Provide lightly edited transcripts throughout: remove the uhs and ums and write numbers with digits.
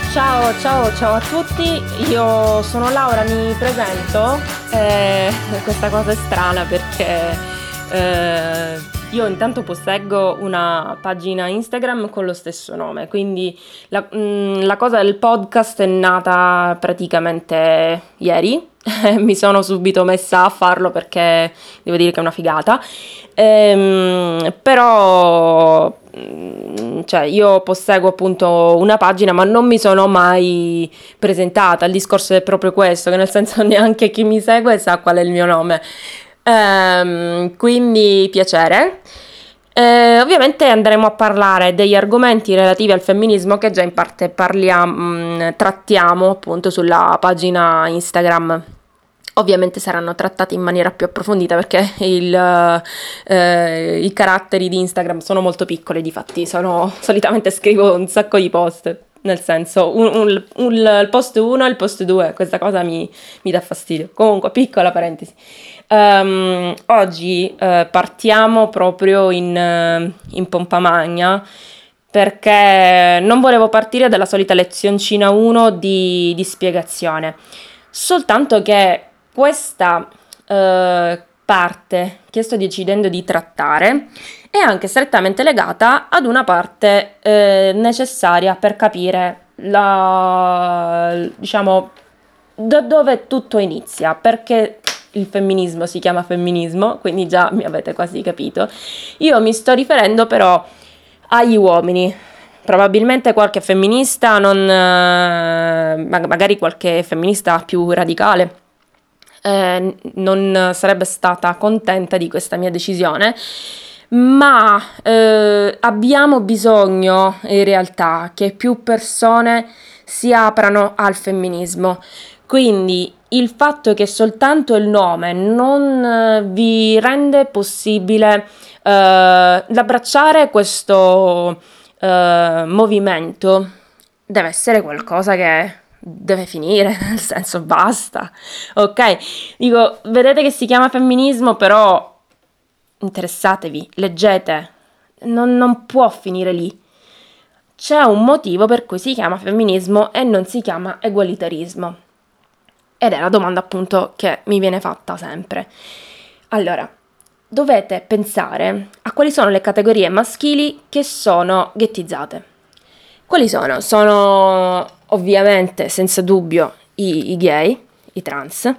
Ciao a tutti, io sono Laura, mi presento. Questa cosa è strana perché io intanto posseggo una pagina Instagram con lo stesso nome, quindi la cosa del podcast è nata praticamente ieri. Mi sono subito messa a farlo perché devo dire che è una figata. Però cioè io posseggo appunto una pagina, ma non mi sono mai presentata. Il discorso è proprio questo, che nel senso neanche chi mi segue sa qual è il mio nome. Quindi piacere. Ovviamente andremo a parlare degli argomenti relativi al femminismo che già in parte trattiamo appunto sulla pagina Instagram. Ovviamente saranno trattati in maniera più approfondita perché i caratteri di Instagram sono molto piccoli, difatti solitamente scrivo un sacco di post, nel senso il post 1 e il post 2, questa cosa mi dà fastidio. Comunque, piccola parentesi. Oggi partiamo proprio in pompa magna perché non volevo partire dalla solita lezioncina 1 di spiegazione, soltanto che questa parte che sto decidendo di trattare è anche strettamente legata ad una parte necessaria per capire diciamo, da dove tutto inizia, perché il femminismo si chiama femminismo, quindi già mi avete quasi capito. Io mi sto riferendo però agli uomini. Probabilmente qualche femminista magari qualche femminista più radicale non sarebbe stata contenta di questa mia decisione, ma abbiamo bisogno in realtà che più persone si aprano al femminismo. Quindi il fatto che soltanto il nome non vi rende possibile l'abbracciare questo movimento deve essere qualcosa che deve finire, nel senso basta, ok? Dico, vedete che si chiama femminismo, però interessatevi, leggete, non può finire lì. C'è un motivo per cui si chiama femminismo e non si chiama egualitarismo. Ed è la domanda appunto che mi viene fatta sempre. Allora, dovete pensare a quali sono le categorie maschili che sono ghettizzate. Quali sono? Sono ovviamente, senza dubbio, i gay, i trans.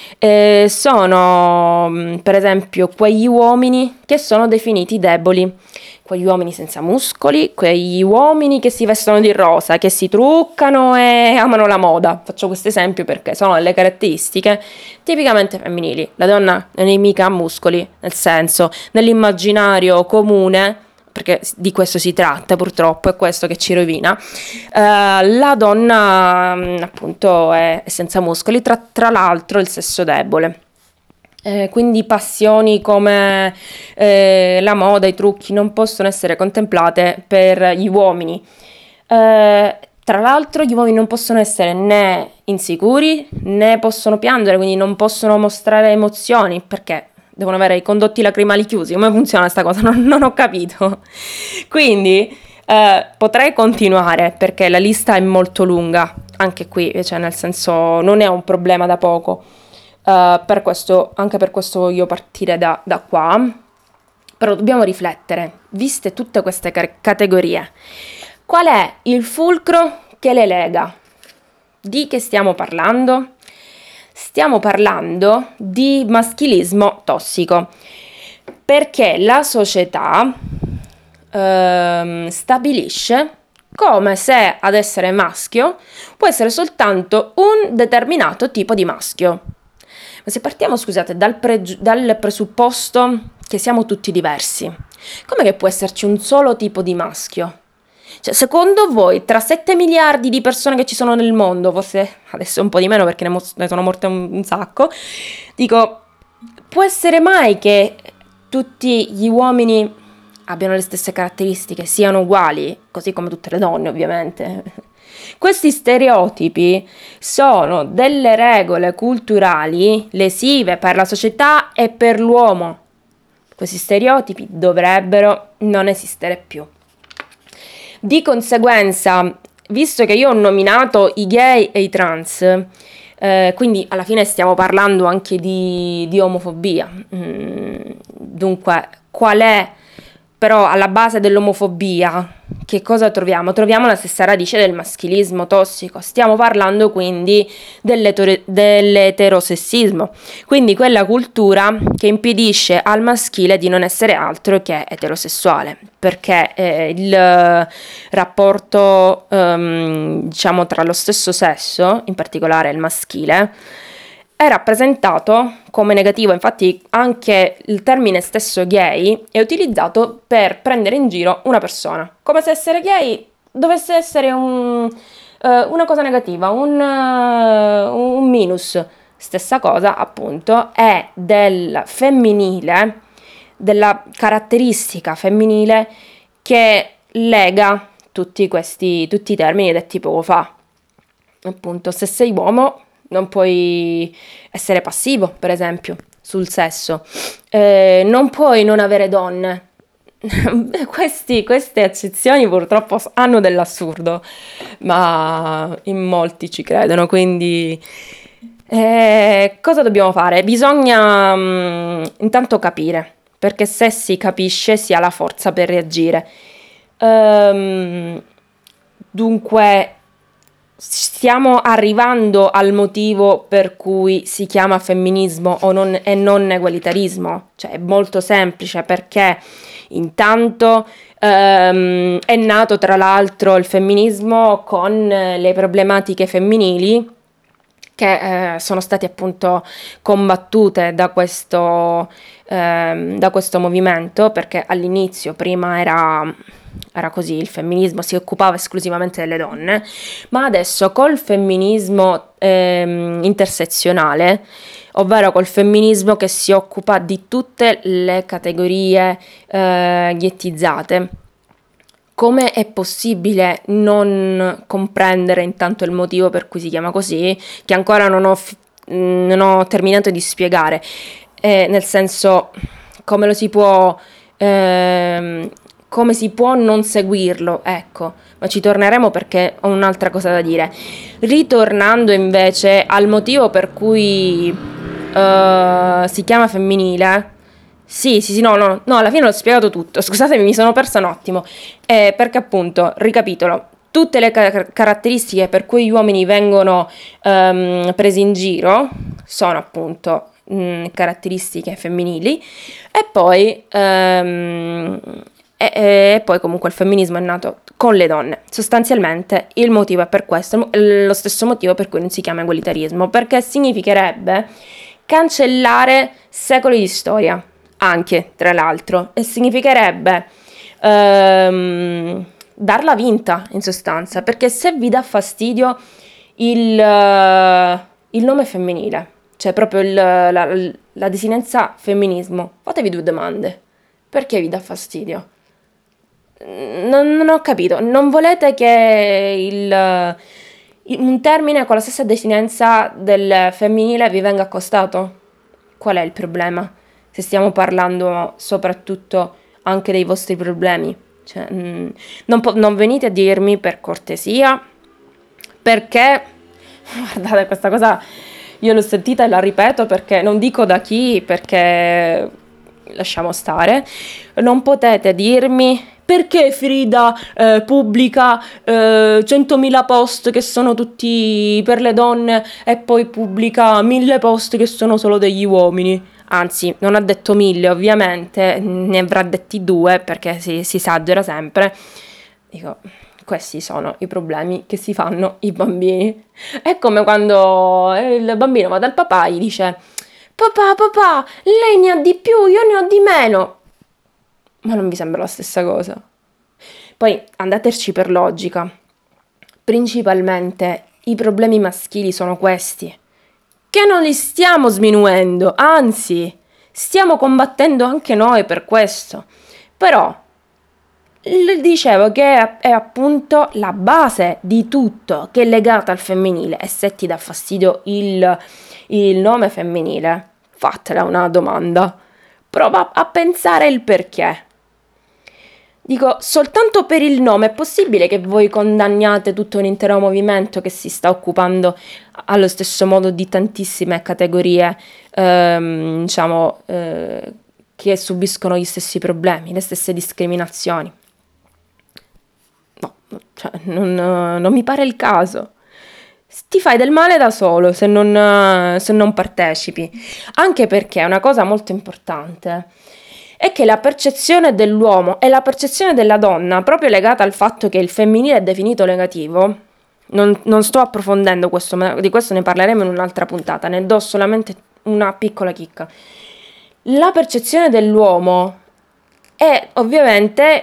Sono per esempio quegli uomini che sono definiti deboli, quegli uomini senza muscoli, quegli uomini che si vestono di rosa, che si truccano e amano la moda. Faccio questo esempio perché sono le caratteristiche tipicamente femminili. La donna non è mica muscoli, nel senso, nell'immaginario comune, perché di questo si tratta purtroppo, è questo che ci rovina, la donna appunto è senza muscoli, tra l'altro il sesso debole. Quindi passioni come la moda, i trucchi non possono essere contemplate per gli uomini. Tra l'altro gli uomini non possono essere né insicuri né possono piangere, quindi non possono mostrare emozioni perché devono avere i condotti lacrimali chiusi. Come funziona questa cosa? Non ho capito. Quindi potrei continuare perché la lista è molto lunga, anche qui, cioè nel senso non è un problema da poco. Anche per questo voglio partire da qua. Però dobbiamo riflettere, viste tutte queste categorie, qual è il fulcro che le lega? Di che stiamo parlando? Stiamo parlando di maschilismo tossico, perché la società stabilisce come se ad essere maschio può essere soltanto un determinato tipo di maschio. Ma se partiamo, scusate, dal presupposto che siamo tutti diversi, com'è che può esserci un solo tipo di maschio? Cioè, secondo voi, tra 7 miliardi di persone che ci sono nel mondo, forse adesso un po' di meno perché ne sono morte un sacco, dico, può essere mai che tutti gli uomini abbiano le stesse caratteristiche, siano uguali, così come tutte le donne ovviamente? Questi stereotipi sono delle regole culturali lesive per la società e per l'uomo. Questi stereotipi dovrebbero non esistere più. Di conseguenza visto che io ho nominato i gay e i trans, quindi alla fine stiamo parlando anche di omofobia. Dunque, qual è però alla base dell'omofobia? Che cosa troviamo? Troviamo la stessa radice del maschilismo tossico. Stiamo parlando quindi dell'eterosessismo, quindi quella cultura che impedisce al maschile di non essere altro che eterosessuale, perché il rapporto diciamo tra lo stesso sesso, in particolare il maschile, è rappresentato come negativo. Infatti anche il termine stesso gay è utilizzato per prendere in giro una persona, come se essere gay dovesse essere una cosa negativa, un minus. Stessa cosa appunto è del femminile, della caratteristica femminile che lega tutti i termini detti poco fa. Appunto, se sei uomo non puoi essere passivo, per esempio, sul sesso. Non puoi non avere donne. Queste eccezioni purtroppo hanno dell'assurdo, ma in molti ci credono, quindi cosa dobbiamo fare? Bisogna intanto capire, perché se si capisce si ha la forza per reagire. Dunque, stiamo arrivando al motivo per cui si chiama femminismo e non egualitarismo. Cioè è molto semplice, perché intanto è nato tra l'altro il femminismo con le problematiche femminili che sono state appunto combattute da questo movimento, perché all'inizio prima era così, il femminismo si occupava esclusivamente delle donne, ma adesso col femminismo intersezionale, ovvero col femminismo che si occupa di tutte le categorie ghettizzate, come è possibile non comprendere intanto il motivo per cui si chiama così, che ancora non ho terminato di spiegare, nel senso, come si può non seguirlo, ecco, ma ci torneremo perché ho un'altra cosa da dire. Ritornando invece al motivo per cui si chiama femminile, sì, no, alla fine l'ho spiegato tutto, scusatemi, mi sono persa un attimo, perché appunto, ricapitolo, tutte le caratteristiche per cui gli uomini vengono presi in giro sono appunto caratteristiche femminili, e poi comunque il femminismo è nato con le donne. Sostanzialmente il motivo è per questo, lo stesso motivo per cui non si chiama egualitarismo, perché significherebbe cancellare secoli di storia, anche tra l'altro, e significherebbe darla vinta in sostanza, perché se vi dà fastidio il nome femminile, cioè proprio la desinenza femminismo, fatevi due domande: perché vi dà fastidio? Non ho capito. Non volete che un termine con la stessa desinenza del femminile vi venga accostato? Qual è il problema? Se stiamo parlando soprattutto anche dei vostri problemi. Cioè, non venite a dirmi, per cortesia, perché, guardate, questa cosa io l'ho sentita e la ripeto, perché non dico da chi, perché lasciamo stare. Non potete dirmi perché Frida pubblica 100.000 post che sono tutti per le donne e poi pubblica 1.000 post che sono solo degli uomini. Anzi, non ha detto 1.000 ovviamente, ne avrà detti 2, perché si esagera sempre. Dico, questi sono i problemi che si fanno i bambini. È come quando il bambino va dal papà e gli dice: papà, lei ne ha di più, io ne ho di meno. Ma non vi sembra la stessa cosa? Poi andateci per logica. Principalmente i problemi maschili sono questi, che non li stiamo sminuendo, anzi, stiamo combattendo anche noi per questo. Però dicevo che è appunto la base di tutto, che è legata al femminile, e se ti dà fastidio il nome femminile, fatela una domanda. Prova a pensare il perché. Dico, soltanto per il nome è possibile che voi condanniate tutto un intero movimento che si sta occupando allo stesso modo di tantissime categorie, che subiscono gli stessi problemi, le stesse discriminazioni? No, cioè, non mi pare il caso. Ti fai del male da solo se non partecipi. Anche perché una cosa molto importante è che la percezione dell'uomo e la percezione della donna, proprio legata al fatto che il femminile è definito negativo, non sto approfondendo questo, ma di questo ne parleremo in un'altra puntata, ne do solamente una piccola chicca. La percezione dell'uomo è ovviamente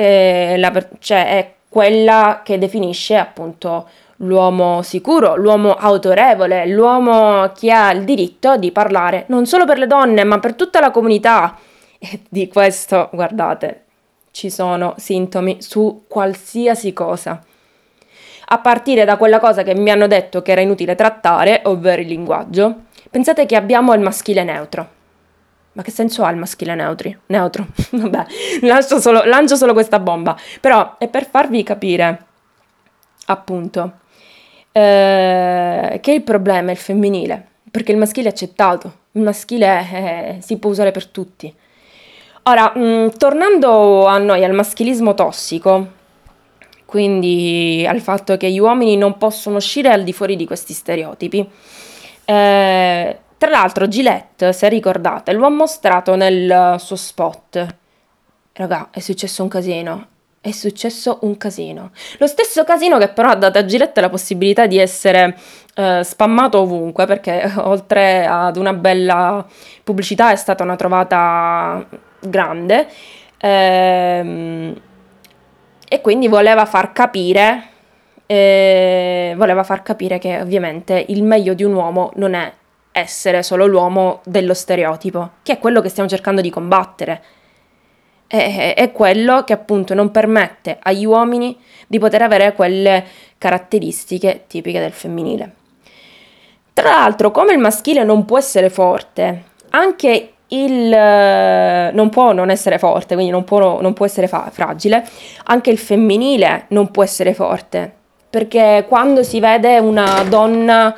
è quella che definisce appunto l'uomo sicuro, l'uomo autorevole, l'uomo che ha il diritto di parlare non solo per le donne, ma per tutta la comunità. E di questo, guardate, ci sono sintomi su qualsiasi cosa. A partire da quella cosa che mi hanno detto che era inutile trattare, ovvero il linguaggio. Pensate che abbiamo il maschile neutro. Ma che senso ha il maschile neutro? Vabbè, lancio solo questa bomba. Però è per farvi capire, appunto, che il problema è il femminile. Perché il maschile è accettato. Il maschile si può usare per tutti. Ora, tornando a noi, al maschilismo tossico, quindi al fatto che gli uomini non possono uscire al di fuori di questi stereotipi, tra l'altro Gillette, se ricordate, lo ha mostrato nel suo spot. Raga, è successo un casino. È successo un casino. Lo stesso casino che però ha dato a Gillette la possibilità di essere spammato ovunque, perché oltre ad una bella pubblicità è stata una trovata grande, e quindi voleva far capire che ovviamente il meglio di un uomo non è essere solo l'uomo dello stereotipo, che è quello che stiamo cercando di combattere. È quello che appunto non permette agli uomini di poter avere quelle caratteristiche tipiche del femminile. Tra l'altro, come il maschile non può essere forte, anche non può non essere forte, quindi non può essere fragile, anche il femminile non può essere forte, perché quando si vede una donna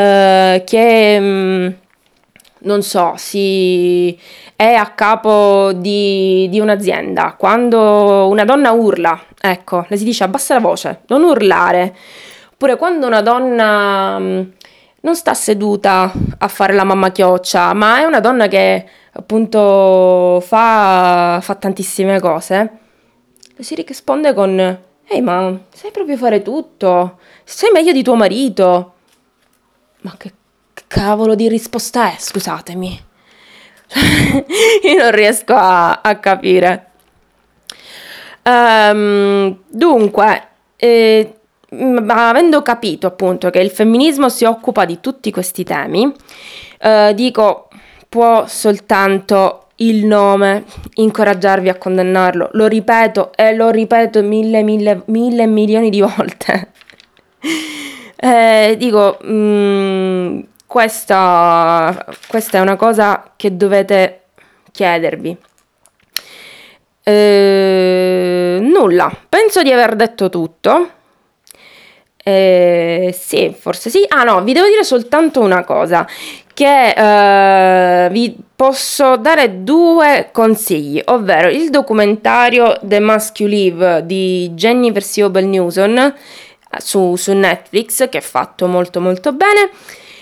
che, non so, è a capo di un'azienda, quando una donna urla, ecco, le si dice abbassa la voce, non urlare, oppure quando una donna non sta seduta a fare la mamma chioccia, ma è una donna che appunto fa tantissime cose, si risponde con ehi, ma sai proprio fare tutto? Sei meglio di tuo marito? Ma che cavolo di risposta è, scusatemi? Io non riesco a capire. Dunque, avendo capito appunto che il femminismo si occupa di tutti questi temi, dico, può soltanto il nome incoraggiarvi a condannarlo. Lo ripeto e lo ripeto mille milioni di volte. Dico, questa è una cosa che dovete chiedervi. Nulla, penso di aver detto tutto. Sì, forse sì. Ah no, vi devo dire soltanto una cosa, che vi posso dare 2 consigli, ovvero il documentario The Mask You Live di Jennifer Siobel Newson su Netflix, che è fatto molto molto bene,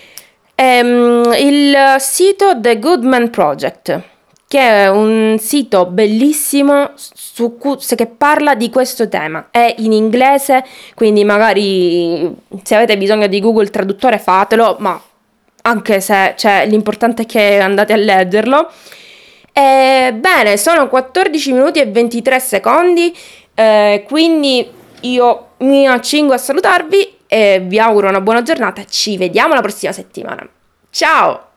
il sito The Good Man Project, che è un sito bellissimo che parla di questo tema. È in inglese, quindi magari se avete bisogno di Google Traduttore fatelo, ma anche se, cioè, l'importante è che andate a leggerlo. Bene, sono 14 minuti e 23 secondi, quindi io mi accingo a salutarvi e vi auguro una buona giornata. Ci vediamo la prossima settimana. Ciao!